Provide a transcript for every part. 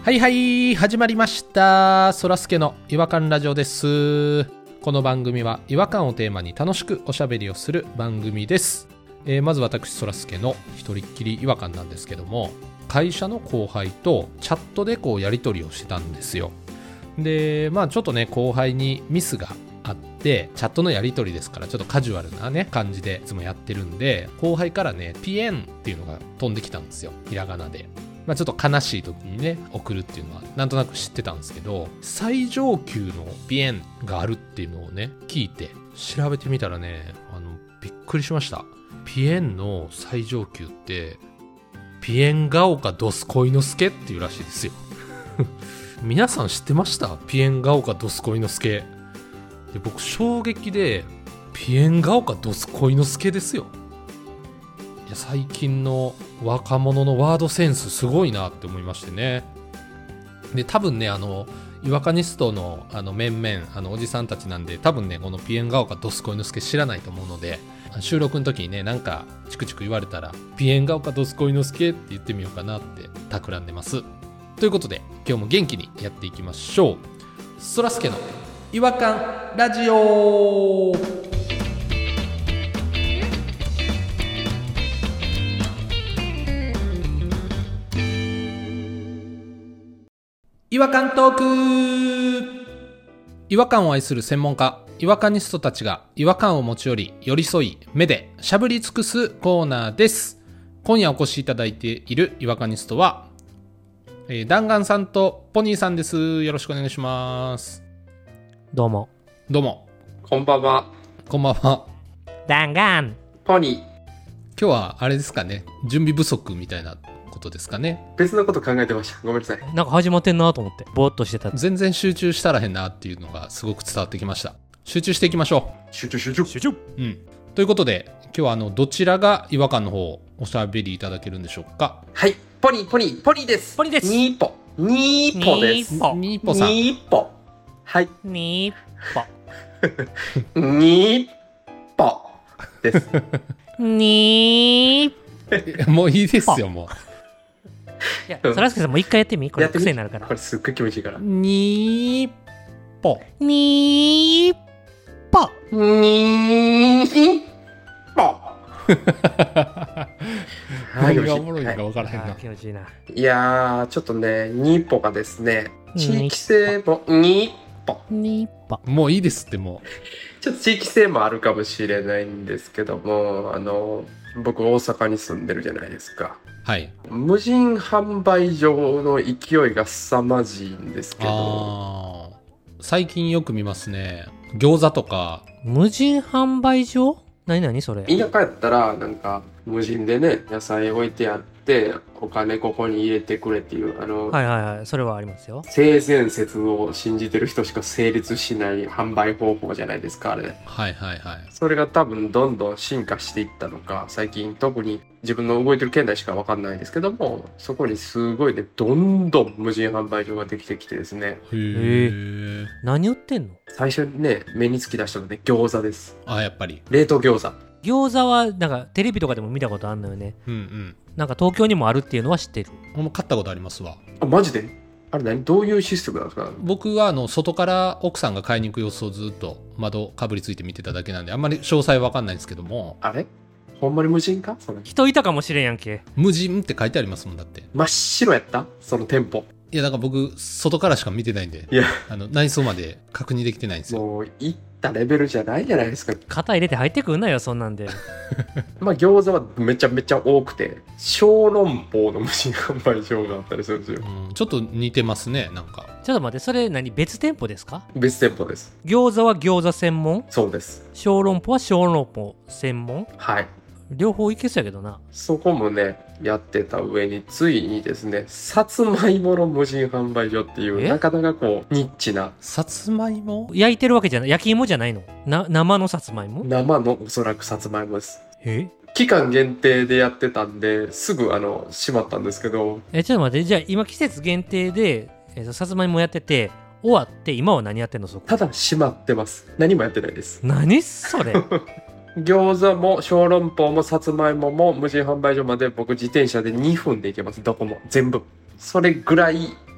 はいはい、始まりました。そらすけの違和感ラジオです。この番組は違和感をテーマに楽しくおしゃべりをする番組です。まず私そらすけの一人っきり違和感なんですけども、会社の後輩とチャットでこうやり取りをしてたんですよ。でちょっとね後輩にミスがあって、チャットのやり取りですからちょっとカジュアルなね感じでいつもやってるんで、後輩からねピエンっていうのが飛んできたんですよ、ひらがなで。ちょっと悲しい時にね送るっていうのはなんとなく知ってたんですけど、最上級のピエンがあるっていうのをね聞いて調べてみたらね、びっくりしました。ピエンの最上級ってピエンガオカドスコイノスケっていうらしいですよ皆さん知ってました？ピエンガオカドスコイノスケで、僕衝撃で、ピエンガオカドスコイノスケですよ。いや、最近の若者のワードセンスすごいなって思いましてね。で多分ね違和感ニストの面々おじさんたちなんで、多分ねこのピエンガオカドスコイノスケ知らないと思うので、収録の時にねなんかチクチク言われたらピエンガオカドスコイノスケって言ってみようかなって企んでます。ということで今日も元気にやっていきましょう。そらすけの違和感ラジオ。違和感トーク。違和感を愛する専門家違和感ニストたちが違和感を持ち寄り寄り添い目でしゃぶり尽くすコーナーです。今夜お越しいただいている違和感ニストは、弾丸さんとポニーさんです。よろしくお願いします。 どうもどうも。 こんばんは。 こんばんは。 弾丸ポニー。 今日はあれですかね、準備不足みたいなことですかね。 別のこと考えてました。ごめんなさい。 なんか始まってんなと思ってぼーっとしてた。 全然集中したらへんなっていうのがすごく伝わってきました。集中していきましょ集中。 う。ということで今日はどちらが違和感の方をおしゃべりいただけるんでしょうか。 はい。ポニーです。 ポニーです。 ニーポです。 ニーポさん。 ニーポ。はい。 ニーポニーポですニーもういいですよ、もいや、そらすけさんもう一回やってみ、これ癖になるから。 これすっごい気持ちいいから。 ニーポニーポニーポ何がおもろいのか分からへんな。 気持ちいいな。 いやー、ちょっとね、ニーポがですね、地域性もニーポもういいですって。もうちょっと地域性もあるかもしれないんですけども、僕大阪に住んでるじゃないですか。 はい。 無人販売所の勢いが凄まじいんですけど、 最近よく見ますね。餃子とか。 無人販売所？何それ？ 田舎やったらなんか無人でね野菜置いてあってお金ここに入れてくれっていうはいそれはありますよ。 性善説を信じてる人しか成立しない販売方法じゃないですか、あれ。 はい。 それが多分どんどん進化していったのか、最近特に自分の動いてる県内しか分かんないですけども、そこにすごいねどんどん無人販売所ができてきてですね。 へー。 何売ってんの？ 最初にね目につき出したのね餃子です。 やっぱり冷凍餃子。 餃子はなんかテレビとかでも見たことあるのよね。なんか東京にもあるっていうのは知ってる。 俺も買ったことありますわ。 マジで？あれどういうシステムなんですか？ 僕は外から奥さんが買いに行く様子をずっと窓かぶりついて見てただけなんであんまり詳細は分かんないんですけども。 あれほんまに無人か？それ人いたかもしれんやんけ。 無人って書いてありますもん。だって真っ白やったその店舗。 いやだから僕外からしか見てないんで、 いや内装まで確認できてないんですよ。 もう行ったレベルじゃないじゃないですか。 肩入れて入ってくんなよそんなんで餃子はめちゃめちゃ多くて、小籠包の無人販売所があったりするんですよ。 ちょっと似てますね。なんかちょっと待って、それ別店舗ですか？ 別店舗です。 餃子は餃子専門、 そうです。 小籠包は小籠包専門。 はい。 両方いけそうやけどな。 そこもねやってた上についにですね、さつまいもの無人販売所っていうなかなかこうニッチな。 さつまいも焼いてるわけじゃない、焼き芋じゃないの？生のさつまいも？ 生のおそらくさつまいもです。 え？ 期間限定でやってたんですぐ閉まったんですけど。 ちょっと待って、じゃあ今季節限定で、さつまいもやってて終わって今は何やってんの？そこただ閉まってます。何もやってないです。 何それ餃子も小籠包もさつまいもも無人販売所まで僕自転車で2分で行けます。どこも全部それぐらい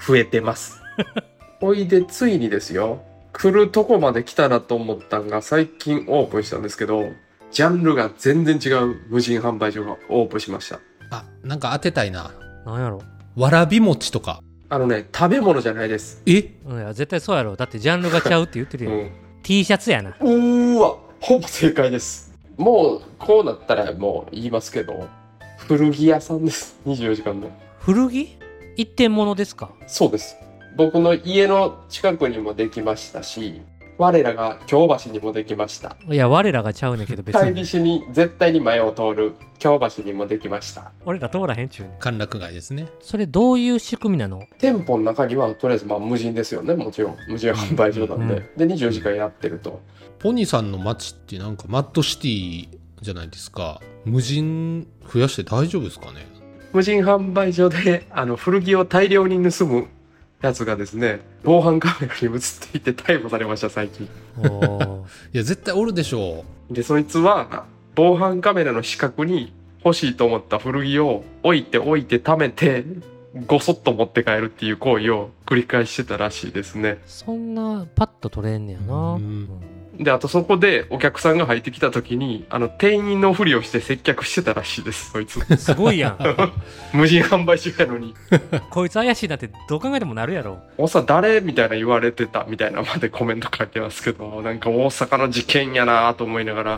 増えてますおいでついにですよ、来るとこまで来たなと思ったんが最近オープンしたんですけど、ジャンルが全然違う無人販売所がオープンしました。 あ、なんか当てたいな。 なんやろ。 わらび餅とか。 食べ物じゃないです。 え？ いや絶対そうやろ。だってジャンルがちゃうって言ってるよ、T シャツやな。 わ、ほぼ正解です。もうこうなったらもう言いますけど、古着屋さんです。24時間の古着？一点物ですか？ そうです。僕の家の近くにもできましたし、我らが京橋にもできました。 いや我らがちゃうねんけど別帰りにしに絶対に前を通る京橋にもできました。 俺ら通らへんちゅうねん。 歓楽街ですね。 それどういう仕組みなの？ 店舗の中にはとりあえず無人ですよね。もちろん無人販売所なんで、で24時間やってると。 ポニーさんの街ってなんかマッドシティじゃないですか。無人増やして大丈夫ですかね？ 無人販売所で古着を大量に盗むやつがですね、防犯カメラに映っていて逮捕されました最近。 いや絶対おるでしょう。でそいつは防犯カメラの死角に欲しいと思った古着を置いて貯めてごそっと持って帰るっていう行為を繰り返してたらしいですね。 そんなパッと取れんねやな。 であとそこでお客さんが入ってきた時に店員のふりをして接客してたらしいです。そいつすごいやん無人販売所やのにこいつ怪しいなってどう考えてもなるやろ。 大阪誰みたいな言われてたみたいなまでコメント書いてますけど、なんか大阪の事件やなと思いながら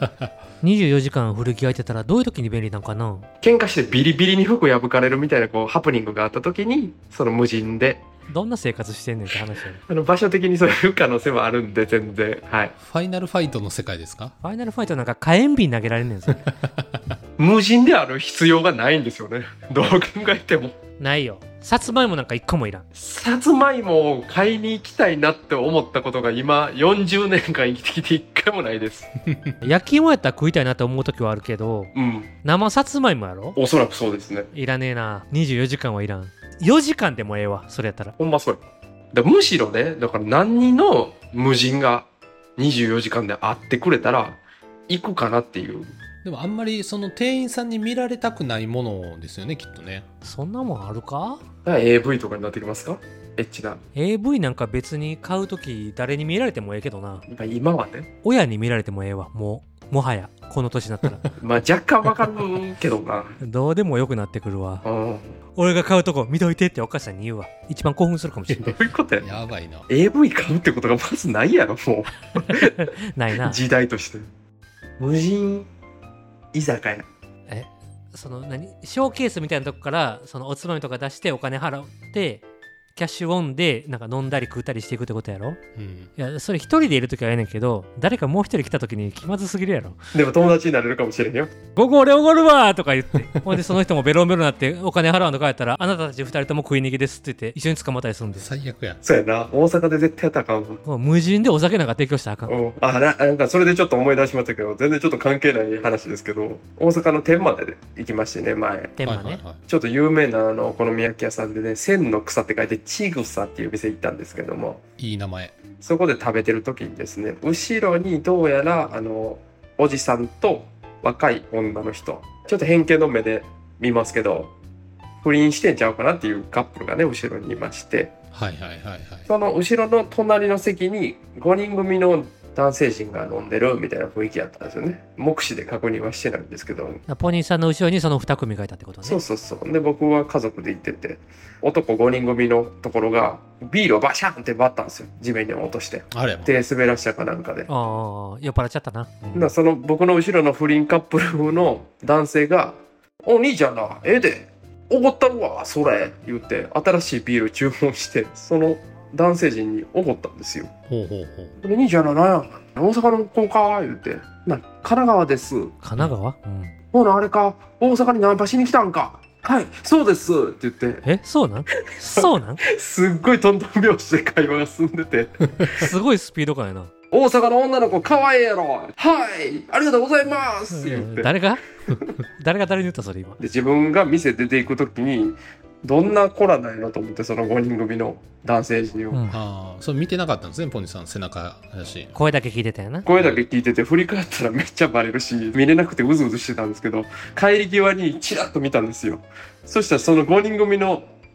24時間古着空いてたらどういう時に便利なんかな。 喧嘩してビリビリに服破かれるみたいなハプニングがあった時にその無人でどんな生活してんねんって話やね。 場所的にそういう可能性もあるんで全然。はい。 ファイナルファイトの世界ですか？ ファイナルファイトなんか火炎瓶投げられんねんぞ無人である必要がないんですよね。どう考えてもないよ。さつまいもなんか一個もいらん。 さつまいもを買いに行きたいなって思ったことが今40年間生きてきて一回もないです焼き芋やったら食いたいなって思う時はあるけど、生さつまいもやろ。 おそらくそうですね。 いらねえな。24時間はいらん。4時間でもええわそれやったら。 ほんまそうや。むしろね、だから何人の無人が24時間で会ってくれたら行くかなっていう。 でもあんまりその店員さんに見られたくないものですよね、きっとね。 そんなもんあるか？ AV とかになってきますか？エッチな AV なんか別に買うとき誰に見られてもええけどな。 今はね、 親に見られてもええわ。もはやこの年になったら若干わかるけどなどうでもよくなってくるわ。俺が買うとこ見といてってお母さんに言うわ。一番興奮するかもしれない。 どういうことや。 やばいな。 AV 買うってことがまずないやろもうないな時代として。無人居酒屋。 そのショーケースみたいなとこからそのおつまみとか出してお金払ってキャッシュオンでなんか飲んだり食ったりしていくってことやろ。いやそれ一人でいるときはええねんけど、誰かもう一人来たときに気まずすぎるやろ。 でも友達になれるかもしれんよ。 午後俺おごるわとか言ってほんでその人もベロンベロンになってお金払うのかやったらあなたたち二人とも食い逃げですって言って一緒に捕まったりするんで。 最悪や。 そうやな、大阪で絶対やったらあかんわ。 もう無人でお酒なんか提供したらあかん。 なんかそれでちょっと思い出しましたけど、全然ちょっと関係ない話ですけど、大阪の天満で行きましてね、前。 天満ね、 ちょっと有名なお好み焼き屋さんでね、千の草って書いてちぐさっていう店行ったんですけども、 いい名前。 そこで食べてる時にですね、後ろにどうやらおじさんと若い女の人、ちょっと偏見の目で見ますけど不倫してんちゃうかなっていうカップルがね後ろにいまして、その後ろの隣の席に5人組の男性陣が飲んでるみたいな雰囲気だったんですよね。目視で確認はしてないんですけど、 ポニーさんの後ろにその2組がいたってことね。 そうで僕は家族で行ってて、男5人組のところがビールをバシャンって割ったんですよ、地面に落として。手滑らしたかなんかで。 酔っ払っちゃったな、 その僕の後ろの不倫カップルの男性が「お兄ちゃんな、ええでおごったるわそれ」言って新しいビール注文して、その男性陣におごったんですよ。で兄ちゃんな、なんや大阪の子か言って、神奈川です。 神奈川？ ほなあれか、大阪にナンパしに来たんか。はいそうですって言って。 そうなんすっごいトントン拍子で会話が進んでてすごいスピード感やな。 大阪の女の子可愛いやろ、はいありがとうございますって言って。 誰が誰に言ったそれ今。 で自分が店出ていくときにどんな子らなんやろと思って、その5人組の男性陣を、 それ見てなかったんですね、ポニーさん背中やし。 声だけ聞いてたよな。 声だけ聞いてて振り返ったらめっちゃバレるし、見れなくてうずうずしてたんですけど、帰り際にチラッと見たんですよ。そしたらその5人組の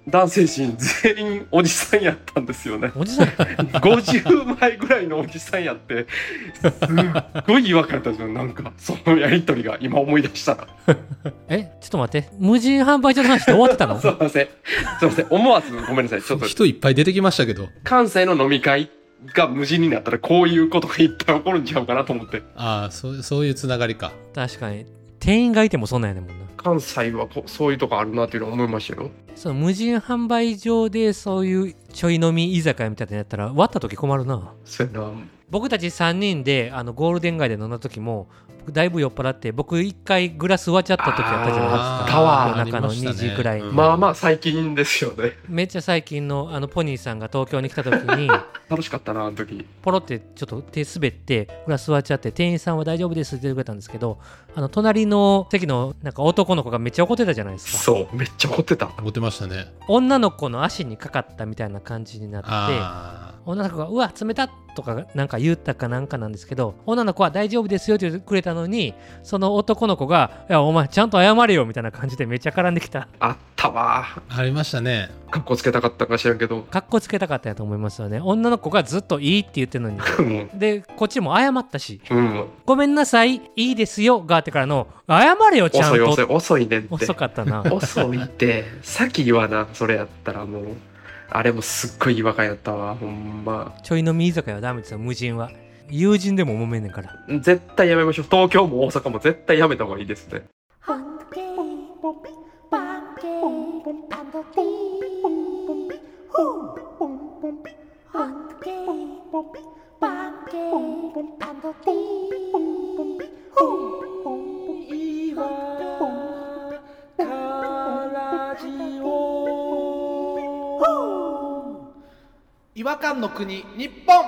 男性陣全員おじさんやったんですよね。 おじさん 50枚ぐらいのおじさんやってすっごい違和感やったんですよ。なんかそのやりとりが今思い出したらちょっと待って、無人販売所の話で終わってたのすいません思わずごめんなさい。ちょっと人いっぱい出てきましたけど。 関西の飲み会が無人になったらこういうことがいっぱい起こるんちゃうかなと思って。 ああ、そういうつながりか。 確かに店員がいてもそんなんやねんもんな。 関西はそういうとこあるなっていうのは思いましたよ。 その無人販売所でそういうちょい飲み居酒屋みたいなのやったら割った時困るな。 そうやな。 僕たち3人でゴールデン街で飲んだ時もだいぶ酔っ払って僕1回グラス割っちゃった時あったじゃないですか。 タワー夜中の2時くらい、 まあまあ最近ですよね。 めっちゃ最近のポニーさんが東京に来た時に楽しかったなあの時。 ポロってちょっと手滑ってグラス割っちゃって店員さんは大丈夫ですって言ってくれたんですけど、隣の席のなんか男の子がめっちゃ怒ってたじゃないですか。 そうめっちゃ怒ってた。 怒ってましたね。 女の子の足にかかったみたいな感じになって、女の子がうわ冷たっとかなんか言ったかなんかなんですけど、女の子は大丈夫ですよって言ってくれたのに、その男の子がいやお前ちゃんと謝れよみたいな感じでめっちゃ絡んできた。 あったわ。 ありましたね。 かっこつけたかったか知らんけど、 かっこつけたかったやと思いますよね。女の子がずっといいって言ってるのにでこっちも謝ったし、ごめんなさいいいですよがあってからの謝れよちゃんと。 遅いねんって。 遅かったな遅いって先言わな。それやったらもうあれもすっごい違和感やったわほんま。 ちょい飲み居酒屋はダメですよ無人は。友人でも揉めんねんから。 絶対やめましょう。東京も大阪も絶対やめた方がいいですね。 違和感の国日本。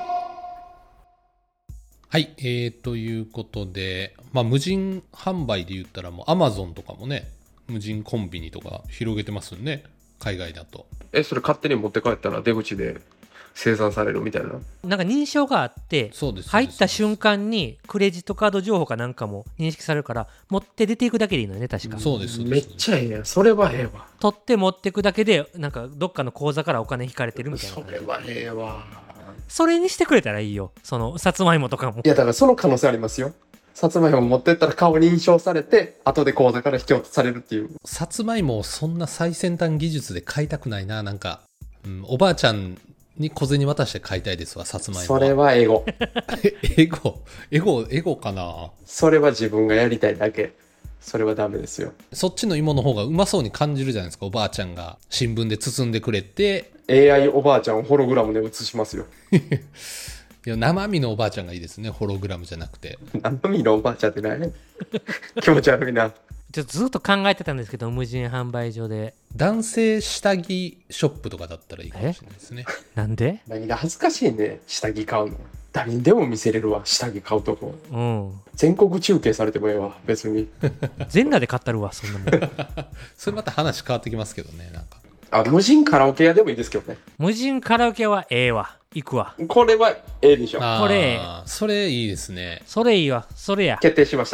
はい、ということで、無人販売で言ったらもう Amazon とかもね、無人コンビニとか広げてますよね、海外だと。 それ勝手に持って帰ったら出口で生産されるみたいな。 なんか認証があって、入った瞬間にクレジットカード情報かなんかも認識されるから持って出ていくだけでいいのよね確か。 そうです。 めっちゃええやん。それはええわ。 取って持っていくだけでなんかどっかの口座からお金引かれてるみたいな。 それはええわ。 それにしてくれたらいいよ。そのさつまいもとかも。 いやだからその可能性ありますよ。さつまいも持ってったら顔認証されて後で口座から引き落とされるっていう。 さつまいもをそんな最先端技術で買いたくないな。なんか、おばあちゃんに小銭渡して買いたいですわ、さつまいもは。 それはエゴエゴかな。 それは自分がやりたいだけ。それはダメですよ。 そっちの芋の方がうまそうに感じるじゃないですか。おばあちゃんが新聞で包んでくれて AI おばあちゃんをホログラムで映しますよいや生身のおばあちゃんがいいですね、ホログラムじゃなくて。 生身のおばあちゃんって何気持ち悪いな。 ちょっとずっと考えてたんですけど無人販売所で男性下着ショップとかだったらいいかもしれないですね。 なんで？ 何が恥ずかしいね。下着買うの誰にでも見せれるわ。下着買うとこ、全国中継されてもええわ別に全裸で買ったるわそんなもんそれまた話変わってきますけどね。なんか無人カラオケ屋でもいいですけどね。 無人カラオケはええわ。行くわ。 これはええでしょ。 これそれいいですね。 それいいわ。それや。 決定しました。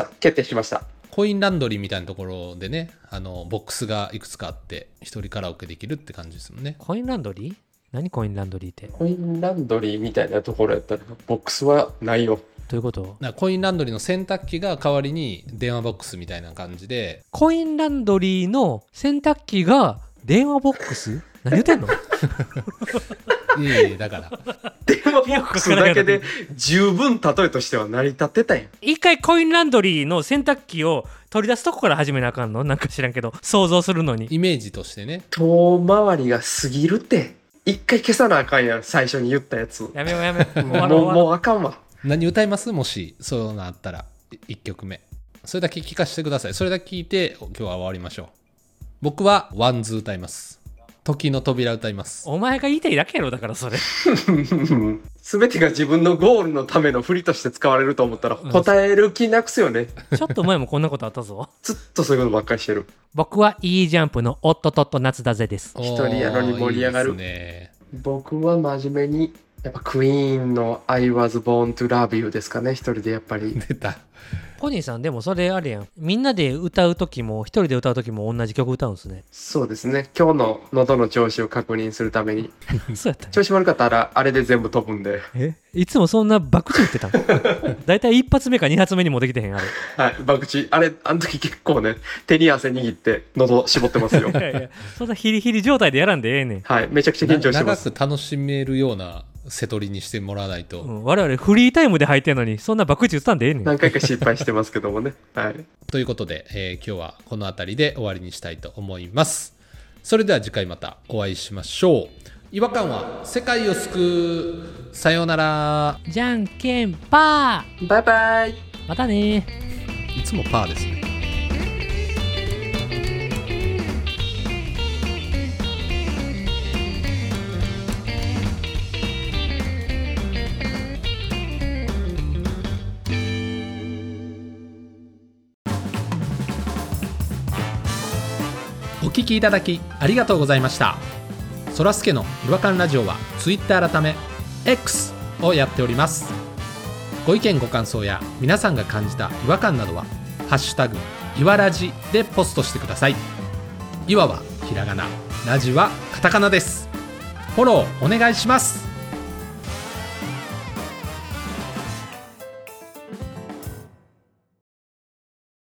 コインランドリーみたいなところでね、ボックスがいくつかあって一人カラオケできるって感じですもんね。 コインランドリー？何コインランドリーって？ コインランドリーみたいなところやったらボックスはないよ。 どういうこと？ コインランドリーの洗濯機が代わりに電話ボックスみたいな感じで。 コインランドリーの洗濯機が電話ボックス？何言ってんの？ いえだから電話ボックスだけで十分例えとしては成り立ってたんや。 一回コインランドリーの洗濯機を取り出すとこから始めなあかんの？なんか知らんけど想像するのにイメージとしてね。 遠回りが過ぎるって。一回消さなあかんやん。最初に言ったやつやめようもうあかんわ。 何歌います？もしそういうのあったら1曲目それだけ聞かせてください。それだけ聞いて今日は終わりましょう。僕はワンズ歌います。時の扉歌います。 お前が言いたいだけやろ。だからそれ全てが自分のゴールのための振りとして使われると思ったら答える気なくすよね。 ちょっと前もこんなことあったぞずっとそういうことばっかりしてる。 僕はいいジャンプのおっとっとっと夏だぜです。 一人やのに盛り上がる。 いいですね。 僕は真面目にやっぱクイーンの I was born to love you ですかね。一人でやっぱり。 出た。 ポニーさんでもそれあれやん、みんなで歌う時も一人で歌う時も同じ曲歌うんですね。 そうですね。今日の喉の調子を確認するために。 そうやったんや。 調子悪かったらあれで全部飛ぶんで。 いつもそんな博打打ってたんだいたい一発目か二発目にもできてへんあれ。 はい、博打。あれ、あの時結構ね、手に汗握って喉絞ってますよ。 いやいや、そんなヒリヒリ状態でやらんでええねん。 はい、めちゃくちゃ緊張してます。 長く楽しめるような瀬取りにしてもらわないと、 我々フリータイムで入ってんのにそんな博打打ったんでええねん。 何回か失敗してますけどもね。はい。 ということで、今日はこの辺りで終わりにしたいと思います。それでは次回またお会いしましょう。違和感は世界を救う。さようなら。 じゃんけんパー。 バイバイ。 またね。 いつもパーですね。お聞きいただきありがとうございました。そらすけの違和感ラジオは Twitter 改め X をやっております。ご意見ご感想や皆さんが感じた違和感などはハッシュタグいわらじでポストしてください。いわはひらがな、ラジはカタカナです。フォローお願いします。